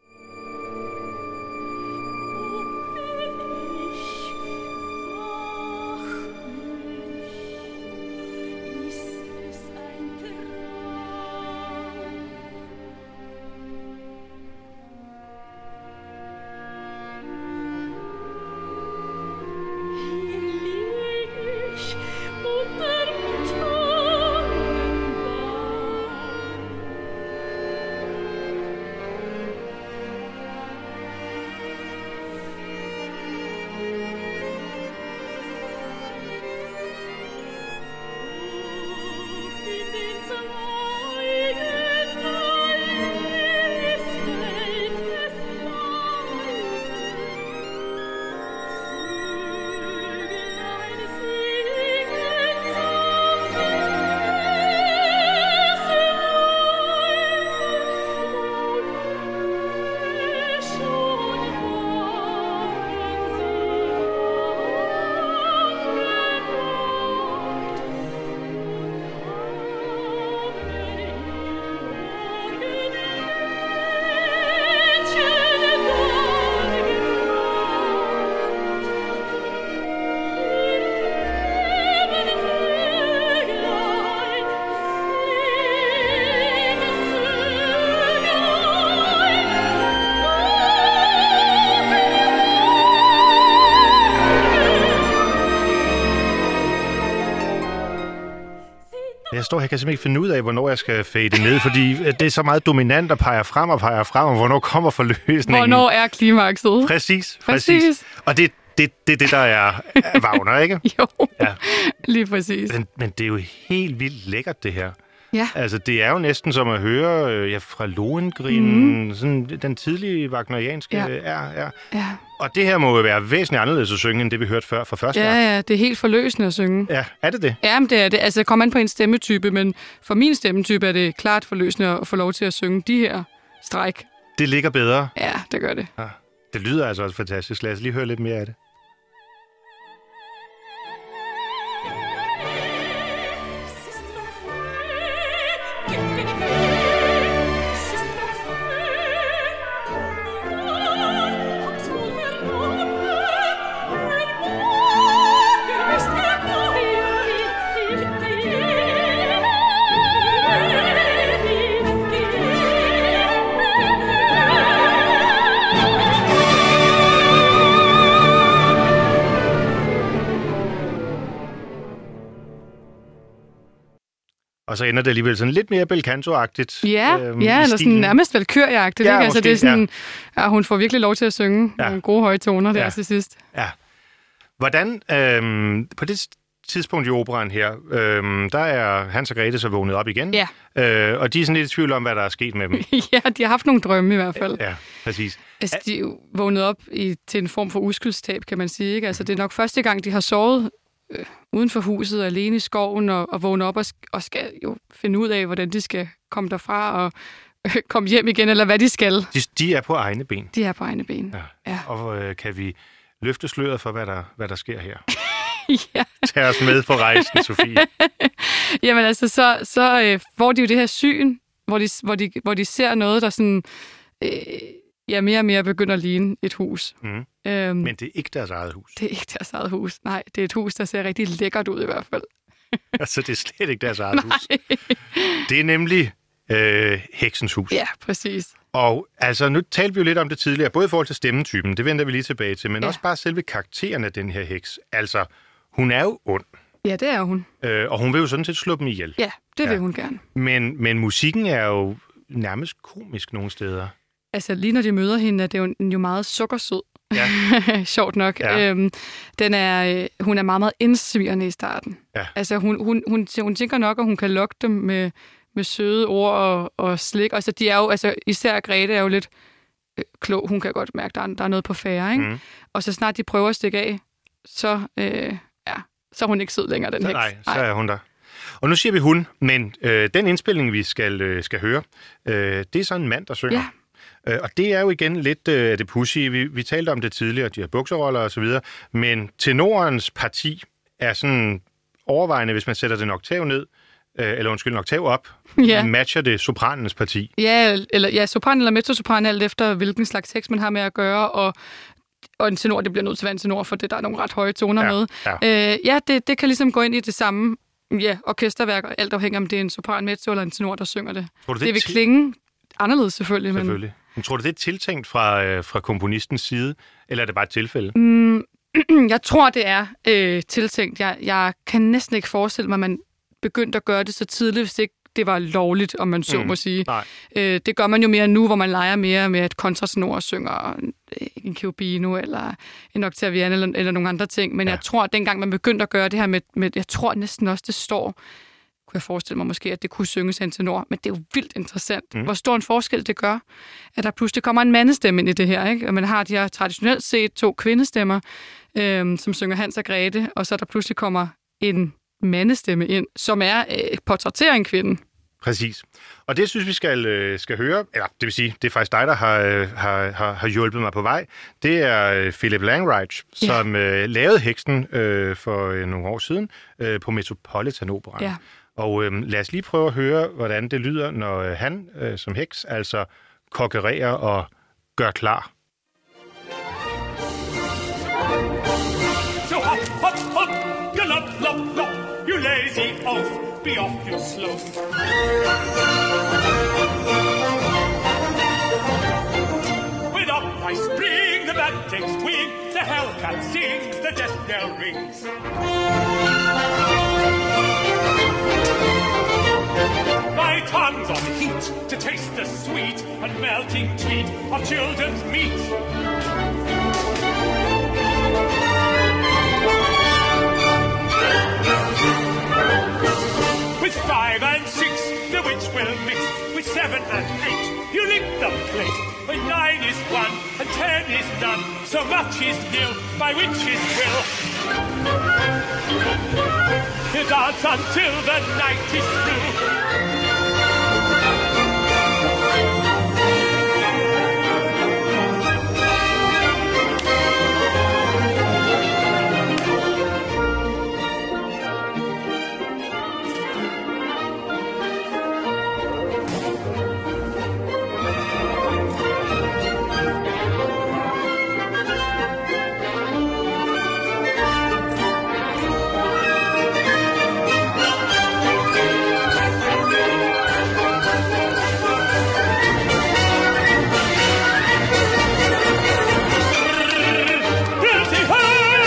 Jeg står her, kan simpelthen ikke finde ud af, hvornår jeg skal fade ned, fordi det er så meget dominant at pege frem, og hvornår kommer forløsningen. Hvornår er klimakset? Præcis. Og det er det, der er Wagner, ikke? Jo, lige præcis. Men det er jo helt vildt lækkert, det her. Ja. Altså, det er jo næsten som at høre fra Lohengrin, sådan den tidlige wagnerianske Ja. Og det her må jo være væsentligt anderledes at synge, end det vi hørte før fra første gang. Ja, det er helt forløsende at synge. Ja, er det det? Ja, men det er det. Altså, kommer an på en stemmetype, men for min stemmetype er det klart forløsende at få lov til at synge de her stræk. Det ligger bedre? Ja, det gør det. Ja. Det lyder altså også fantastisk. Lad os lige høre lidt mere af det. Og så ender det alligevel sådan lidt mere belcanto-agtigt. Ja, eller sådan nærmest valkyrieagtigt. Ja, ikke? Altså, måske, det er sådan, hun får virkelig lov til at synge nogle gode høje toner der til sidst. Ja. Hvordan, på det tidspunkt i operaen her, der er Hans og Grete så vågnet op igen. Ja. Og de er sådan lidt i tvivl om, hvad der er sket med dem. Ja, de har haft nogle drømme i hvert fald. Ja, præcis. Altså, de er jo vågnet op til en form for uskyldstab, kan man sige. Ikke? Altså, det er nok første gang, de har sovet uden for huset, alene i skoven, og vågne op og skal jo finde ud af, hvordan de skal komme derfra og komme hjem igen, eller hvad de skal. De er på egne ben. De er på egne ben, ja. Og kan vi løfte sløret for, hvad der sker her? Ja. Tag os med på rejsen, Sofie. Jamen altså, så får de jo det her syn, hvor de ser noget, der sådan, mere og mere begynder at ligne et hus. Mm. Men det er ikke deres eget hus. Det er ikke deres eget hus. Nej, det er et hus, der ser rigtig lækkert ud i hvert fald. Altså, det er slet ikke deres eget hus. Det er nemlig heksens hus. Ja, præcis. Og altså, nu talte vi jo lidt om det tidligere, både i forhold til stemmetypen, det vender vi lige tilbage til, men også bare selve karakteren af den her heks. Altså, hun er jo ond. Ja, det er hun. Og hun vil jo sådan set slå dem ihjel. Ja, det vil hun gerne. Men musikken er jo nærmest komisk nogle steder. Altså, lige når de møder hende, er det jo meget sukkersød. Ja. Sjovt nok. Ja. Hun er meget, meget indsvirrende i starten. Ja. Altså, hun tænker nok, at hun kan lokke dem med søde ord og slik. Altså, de er jo, altså, især Grete er jo lidt klog. Hun kan godt mærke, at der er noget på færre, ikke? Mm. Og så snart de prøver at stikke af, så er hun ikke sød længere, den heks. Nej, så er hun der. Og nu siger vi hun, men den indspilning, vi skal høre, det er så en mand, der synger. Ja. Og det er jo igen lidt af det pudsige. Vi talte om det tidligere, de her bukseroller og så videre, men tenorens parti er sådan overvejende, hvis man sætter den oktav ned, en oktav op, matcher det sopranens parti. Ja, sopran eller mezzosopran, alt efter hvilken slags tekst man har med at gøre, og en tenor, det bliver nødt til at være en tenor, for det der er nogle ret høje toner med. Ja. Det kan ligesom gå ind i det samme orkesterværk, og alt afhænger om det er en sopran, mezzo eller en tenor, der synger det. Det vil klinge anderledes selvfølgelig. Men tror du, det er tiltænkt fra komponistens side, eller er det bare et tilfælde? Jeg tror, det er tiltænkt. Jeg kan næsten ikke forestille mig, at man begyndte at gøre det så tidligt, hvis ikke det var lovligt, om man så må sige. Det gør man jo mere nu, hvor man leger mere med, at kontratenor synger en Cherubino eller en Octavian eller nogle andre ting. Men jeg tror, at dengang man begyndte at gøre det her med jeg tror næsten også, det står, kunne jeg forestille mig måske, at det kunne synges af en tenor. Men det er jo vildt interessant, hvor stor en forskel det gør, at der pludselig kommer en mandestemme ind i det her. Ikke? Og man har de her traditionelt set 2 kvindestemmer, som synger Hans og Grete, og så der pludselig kommer en mandestemme ind, som portrætterer en kvinde. Præcis. Og det synes vi skal høre, eller det vil sige, det er faktisk dig, der har hjulpet mig på vej. Det er Philip Langreich, som lavede heksen for nogle år siden på Metropolitan Operaen. Ja. Og lad os lige prøve at høre, hvordan det lyder, når han som heks altså kokkererer og gør klar. So hop, hop, hop, galop, lop, lop, you lazy oaf, be off, you sloth. With up I spring, the bat takes wing, the hellcat sings, the death bell rings. My tongue's on heat to taste the sweet and melting teat of children's meat. With 5 and 6, the witch will mix. With 7 and 8, you lick the plate. When 9 is 1 and 10 is none, so much is nil by witch's will. You dance until the night is through.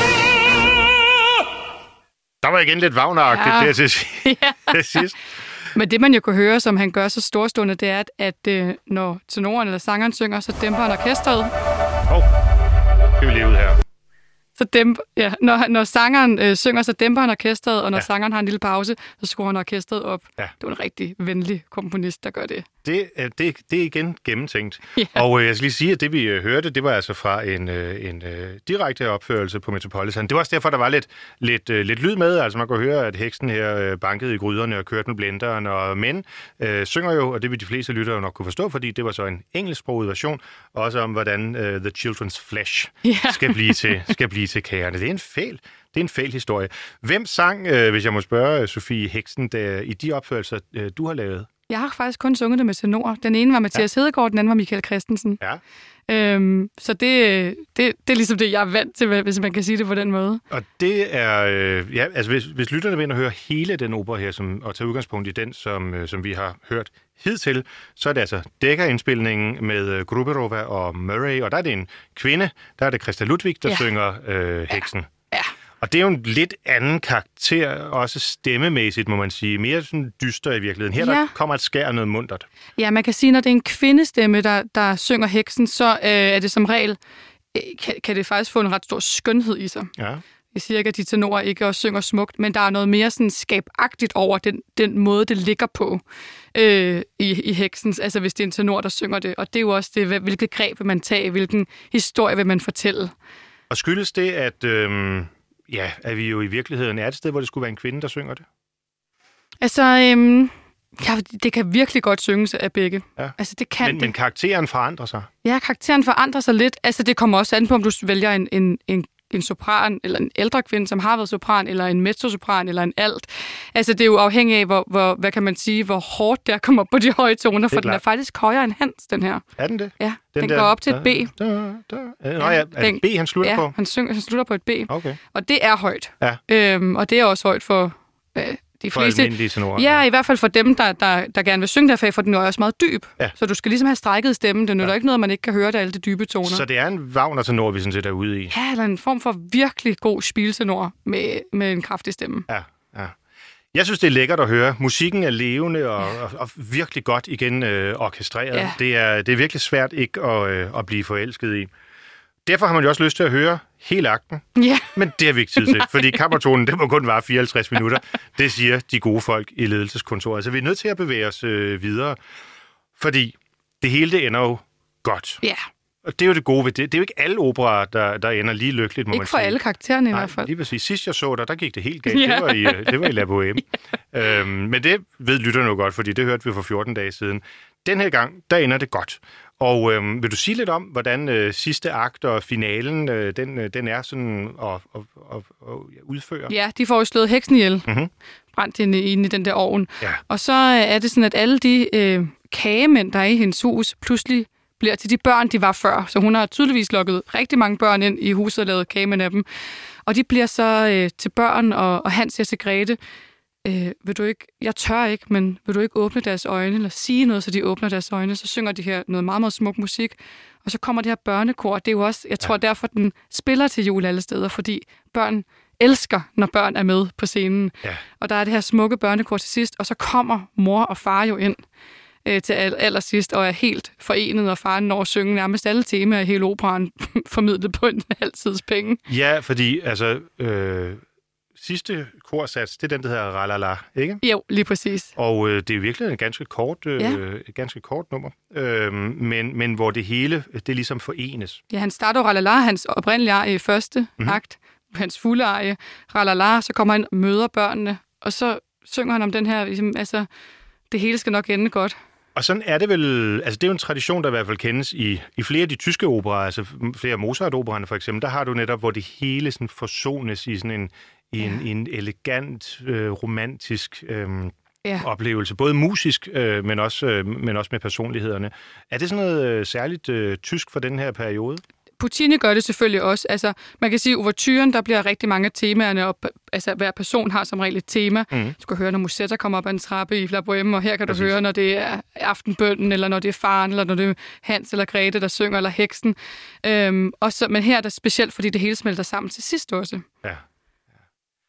Der var igen lidt Wagner-agtigt der til sidst. Men det, man jo kunne høre, som han gør så storstående, det er, at når tenoren eller sangeren synger, så dæmper han orkestret. Skal vi leve ud her? Så når sangeren synger, så dæmper han orkestret, og når sangeren har en lille pause, så skruer han orkestret op. Ja. Det er en rigtig venlig komponist, der gør det. Det er igen gennemtænkt. Yeah. Og jeg skal lige sige, at det vi hørte, det var altså fra en direkte opførelse på Metropolitan. Det var også derfor, der var lidt lyd med. Altså man kunne høre, at heksen her bankede i gryderne og kørte med blenderen. Og men synger jo, og det vil de fleste lyttere jo nok kunne forstå, fordi det var så en engelsksproget version, også om hvordan The Children's Flesh skal blive til kagerne. Det er en fæl historie. Hvem sang, hvis jeg må spørge, Sofie, heksen i de opførelser, du har lavet? Jeg har faktisk kun sunget det med tenor. Den ene var Mathias Hedegaard, den anden var Michael Christensen. Ja. Så det er ligesom det, jeg er vant til, hvis man kan sige det på den måde. Og det er... altså hvis lytterne vil høre hele den opera her, og tage udgangspunkt i den, som vi har hørt hidtil, så er det altså Dekker-indspilningen med Gruberova og Murray, og der er det en kvinde, der er det Christa Ludwig, der synger heksen. Ja. Og det er jo en lidt anden karakter, også stemmemæssigt, må man sige. Mere sådan dyster i virkeligheden. Her der kommer et skær noget muntert. Ja, man kan sige, når det er en kvindestemme, der synger heksen, så er det som regel, kan det faktisk få en ret stor skønhed i sig. Ja. Jeg siger ikke, at de tenorer ikke også synger smukt, men der er noget mere sådan skabagtigt over den måde, det ligger på i heksens. Altså hvis det er en tenor, der synger det. Og det er jo også det, hvilket greb vil man tage, hvilken historie vil man fortælle. Og skyldes det, at vi jo i virkeligheden er et sted, hvor det skulle være en kvinde, der synger det? Altså, det kan virkelig godt synges af begge. Ja. Altså, det kan men karakteren forandrer sig? Ja, karakteren forandrer sig lidt. Altså, det kommer også an på, om du vælger en sopran, eller en ældre kvinde, som har været sopran, eller en mezzosopran, eller en alt. Altså, det er jo afhængigt af, hvad kan man sige, hvor hårdt der kommer op på de høje toner, for den er faktisk højere end Hans, den her. Er den det? Ja, den går op til et B. Er det B, han slutter på? Han slutter på et B. Okay. Og det er højt. Ja. Og det er også højt for de fleste. Almindelige tenorer. Ja, i hvert fald for dem, der gerne vil synge derfra, for den er også meget dyb. Ja. Så du skal ligesom have strækket stemmen. Det nytter ikke noget, man ikke kan høre det, alle de dybe toner. Så det er en Wagner-tenor, vi sådan set er ude i? Ja, eller en form for virkelig god spiltenor med en kraftig stemme. Ja. Jeg synes, det er lækkert at høre. Musikken er levende og virkelig godt igen orkestreret. Ja. Det er virkelig svært ikke at blive forelsket i. Derfor har man jo også lyst til at høre hele akten. Ja. Men det har vi ikke tid til, fordi kammertonen, det må kun vare 54 minutter. Det siger de gode folk i ledelseskontoret. Så vi er nødt til at bevæge os videre, fordi det hele det ender jo godt. Ja. Og det er jo det gode ved det. Det er jo ikke alle operer, der ender lige lykkeligt, må man sige. Ikke for alle karaktererne i hvert fald. Lige præcis. Sidst jeg så der gik det helt galt. Ja. Det var i La Bohème. Men det ved lytterne jo godt, fordi det hørte vi for 14 dage siden. Den her gang, der ender det godt. Og vil du sige lidt om, hvordan sidste akt og finalen, den er sådan at udføre? Ja, de får jo slået heksen ihjel. Mm-hmm. Brændt inde i den der ovn. Ja. Og så er det sådan, at alle de kagemænd, der er i hendes hus, pludselig bliver til de børn, de var før. Så hun har tydeligvis lukket rigtig mange børn ind i huset og lavet kagemænd af dem. Og de bliver så til børn, og Hans siger til Grete, vil du ikke, jeg tør ikke, men vil du ikke åbne deres øjne, eller sige noget, så de åbner deres øjne, så synger de her noget meget, meget smuk musik, og så kommer det her børnekor. Det er jo også, jeg tror derfor, den spiller til jul alle steder, fordi børn elsker, når børn er med på scenen. Ja. Og der er det her smukke børnekor til sidst, og så kommer mor og far jo ind til allersidst, og er helt forenet, og faren når at synge nærmest alle temaer i hele operaen, formidlet på en halv tids penge. Ja, fordi altså... sidste korsats, det er den, der hedder Ralala, ikke? Jo, lige præcis. Og det er virkelig en ganske kort nummer, men hvor det hele, det ligesom forenes. Ja, han starter Ralala, hans oprindelige arie i første akt, hans fulde arie, Ralala, så kommer han og møder børnene, og så synger han om den her, ligesom, altså, det hele skal nok ende godt. Og sådan er det vel, altså det er jo en tradition, der i hvert fald kendes i flere af de tyske operer, altså flere af Mozart-opererne for eksempel, der har du netop, hvor det hele sådan forsones i sådan en elegant, romantisk oplevelse, både musisk, men også med personlighederne. Er det sådan noget særligt tysk for den her periode? Puccini gør det selvfølgelig også. Altså, man kan sige, at ouverturen, der bliver rigtig mange af temaerne, og altså, hver person har som regel et tema. Du kan høre, når Musetta kommer op ad en trappe i La Bohème, og her kan du høre, når det er aftenbønnen, eller når det er faren, eller når det er Hans eller Grete, der synger, eller heksen. Men her er det specielt, fordi det hele smelter sammen til sidst også. Ja.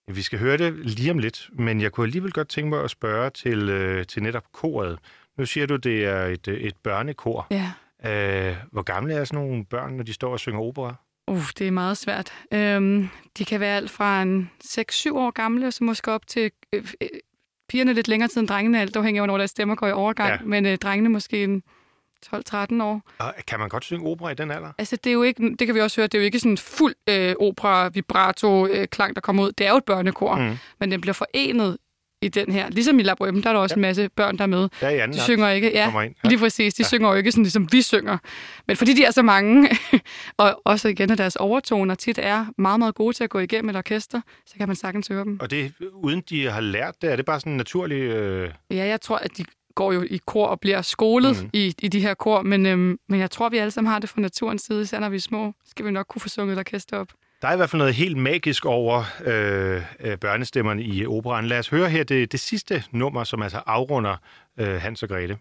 Vi skal høre det lige om lidt, men jeg kunne alligevel godt tænke mig at spørge til netop koret. Nu siger du, det er et børnekor. Ja. Hvor gamle er sådan nogle børn, når de står og synger opera? Det er meget svært. De kan være alt fra en 6-7 år gamle, og så måske op til pigerne lidt længere tid end drengene. Alt afhængig af, hvornår deres stemmer går i overgang. Ja. Men drengene måske en 12-13 år. Og kan man godt synge opera i den alder? Altså, det er jo ikke, det kan vi også høre, det er jo ikke sådan fuld opera, vibrato, klang, der kommer ud. Det er jo et børnekor, men den bliver forenet i den her. Ligesom i La Bohème, der er der også en masse børn, der er med. Ja, de synger ikke, lige præcis. De synger jo ikke sådan, ligesom vi synger. Men fordi de er så mange, og også igen, at deres overtoner tit er meget, meget gode til at gå igennem et orkester, så kan man sagtens høre dem. Og det, uden de har lært det, er det bare sådan naturligt? Ja, jeg tror, at de går jo i kor og bliver skolet i de her kor, men jeg tror, vi alle sammen har det fra naturens side, især når vi er små. Skal vi nok kunne få sunget et orkester op. Der er i hvert fald noget helt magisk over børnestemmerne i operaen. Lad os høre her det sidste nummer, som altså afrunder Hans og Grete.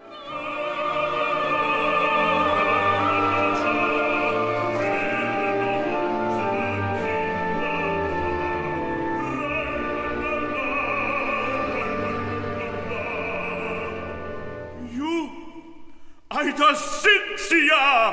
Da sind sie ja!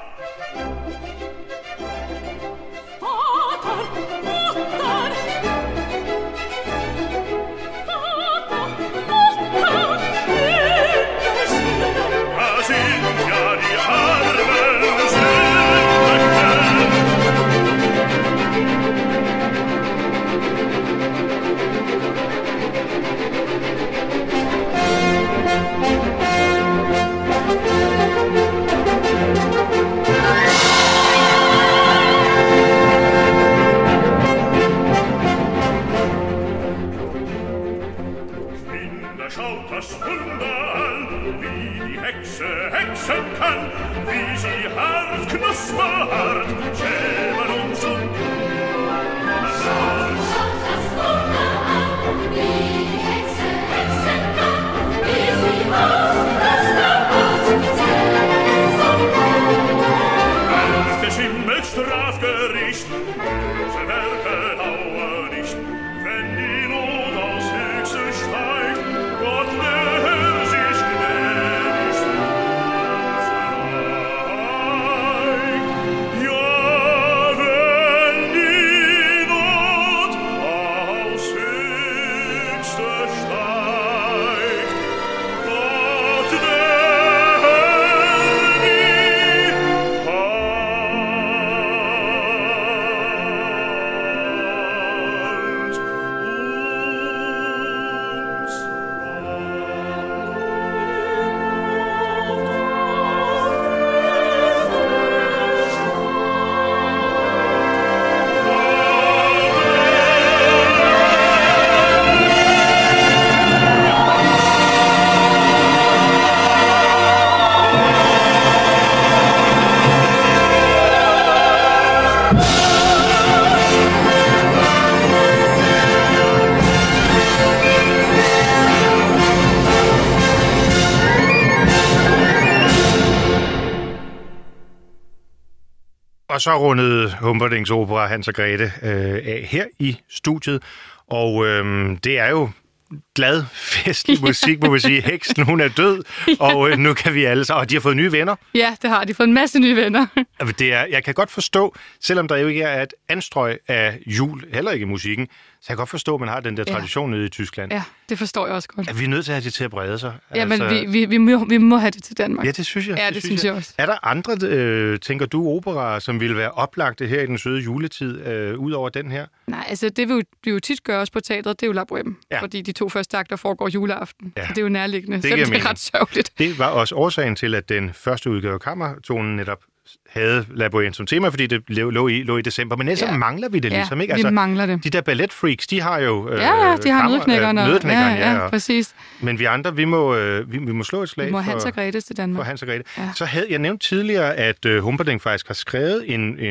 Og så rundede Humperdinck's opera Hans og Grete af her i studiet. Og det er jo glad, festlig musik, må vi sige. Heksen, hun er død, og nu kan vi alle... Og de har fået nye venner. Ja, det har de. Fået en masse nye venner. Jeg kan godt forstå, selvom der jo ikke er et anstrøg af jul, heller ikke i musikken, så jeg kan godt forstå, at man har den der tradition nede i Tyskland. Ja, det forstår jeg også godt. At vi er nødt til at have det til at brede sig. Ja, men vi må have det til Danmark. Ja, det synes jeg. Ja, det synes jeg også. Er der andre, tænker du, operaer, som ville være oplagte her i den søde juletid, ud over den her? Nej, altså det vi jo tit gør også på teatret, det er jo La Bohème. Fordi de 2 første akter foregår juleaften. Ja. Så det er jo nærliggende. Det er ret sørgeligt. Det var også årsagen til, at den første udgave af Kammertonen netop havde La Bohème som tema, fordi det lå i december. Men ellers mangler vi det ligesom, ikke? Altså, vi mangler det. De der balletfreaks, de har jo... de har nødknækkerne. Ja, præcis. Men vi andre, vi må slå et slag for Hans og Grete til Danmark. For Hans og Grete. Ja. Så havde jeg nævnt tidligere, at Humperdinck faktisk har skrevet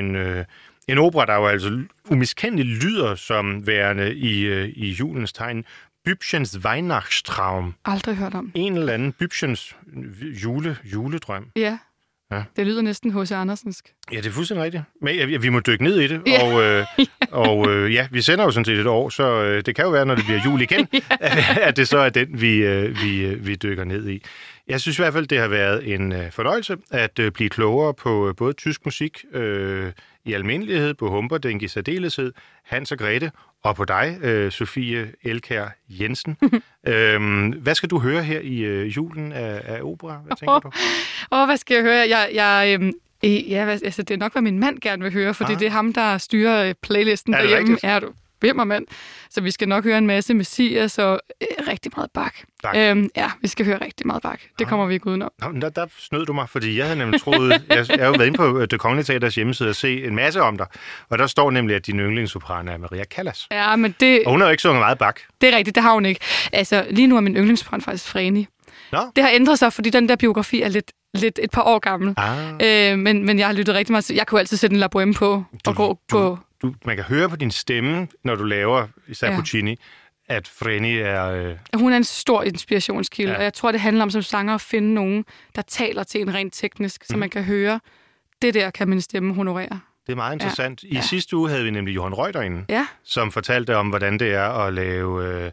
en opera, der jo altså umiskendeligt lyder som værende i julens tegn. Bübchens Weihnachtstraum. Aldrig hørt om. En eller anden Bübchens juledrøm. Ja. Ja. Det lyder næsten H.C. Andersensk. Ja, det er fuldstændig rigtigt. Men vi må dykke ned i det, og vi sender jo sådan set et år, så det kan jo være, når det bliver jul igen, at det så er den, vi dykker ned i. Jeg synes i hvert fald, det har været en fornøjelse at blive klogere på både tysk musik i almindelighed, på Humperdinck i særdeleshed, Hans og Grete, og på dig, Sofie Elkjær Jensen. Hvad skal du høre her i julen af opera? Hvad tænker du? Hvad skal jeg høre? Det er nok, hvad min mand gerne vil høre, fordi det er ham, der styrer playlisten derhjemme. Er du mand? Så vi skal nok høre en masse Messias og rigtig meget Bach. Vi skal høre rigtig meget Bach. Det kommer vi ikke udenom. Der snød du mig, fordi jeg havde nemlig troet... jeg har jo været inde på Det Kongelige Teaters hjemmeside og se en masse om dig. Og der står nemlig, at din yndlingssopran er Maria Callas. Ja, men det... Og hun har jo ikke sunget meget Bach. Det er rigtigt, det har hun ikke. Altså, lige nu er min yndlingssopran faktisk Vreni. Det har ændret sig, fordi den der biografi er lidt et par år gammel. Men jeg har lyttet rigtig meget. Jeg kunne altid sætte en La Bohème på og gå... Man kan høre på din stemme, når du laver især Puccini, at Vreni er... Hun er en stor inspirationskilde, og jeg tror, det handler om som sanger at finde nogen, der taler til en rent teknisk, så man kan høre, det der kan min stemme honorere. Det er meget interessant. I sidste uge havde vi nemlig Johan Reuter inde, som fortalte om, hvordan det er at lave...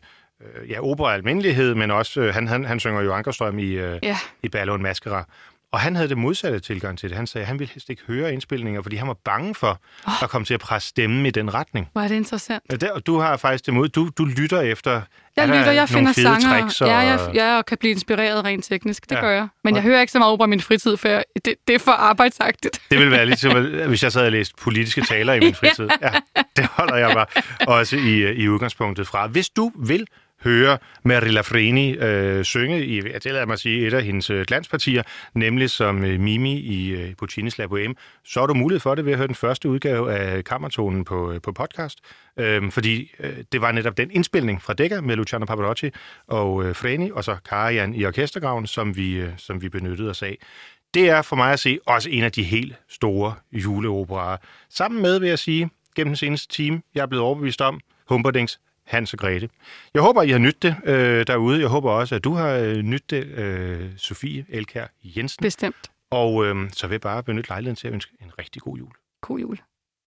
opera almindelighed, men også, han synger jo Ankerstrøm i Ballet og Mascara. Og han havde det modsatte tilgang til det. Han sagde, at han ville helst ikke høre indspilninger, fordi han var bange for at komme til at presse stemmen i den retning. Hvor er det interessant. Og du har faktisk det mod. Du lytter efter jeg finder sanger. Tricks, og... Jeg kan blive inspireret rent teknisk. Det gør jeg. Men jeg hører ikke så meget opera i min fritid, for det er for arbejdsagtigt. Det ville være lidt som, hvis jeg sad og læste politiske taler i min fritid. Ja, det holder jeg mig også i udgangspunktet fra. Hvis du vil høre Merilla Vreni synge i, jeg tillader mig at sige, et af hendes glanspartier, nemlig som Mimi i Puccinis La Bohème, så har du mulighed for det ved at høre den første udgave af Kammertonen på podcast, fordi det var netop den indspilning fra Decca med Luciano Pavarotti og Vreni, og så Karajan i orkestergraven, som vi benyttede os af. Det er for mig at se også en af de helt store juleoperaer. Sammen med, vil jeg sige, gennem den seneste time, jeg er blevet overbevist om, Humperdinks Hans og Grete. Jeg håber, I har nydt det derude. Jeg håber også, at du har nydt det, Sofie Elkjær Jensen. Bestemt. Og så vil jeg bare benytte lejligheden til at ønske en rigtig god jul. God jul.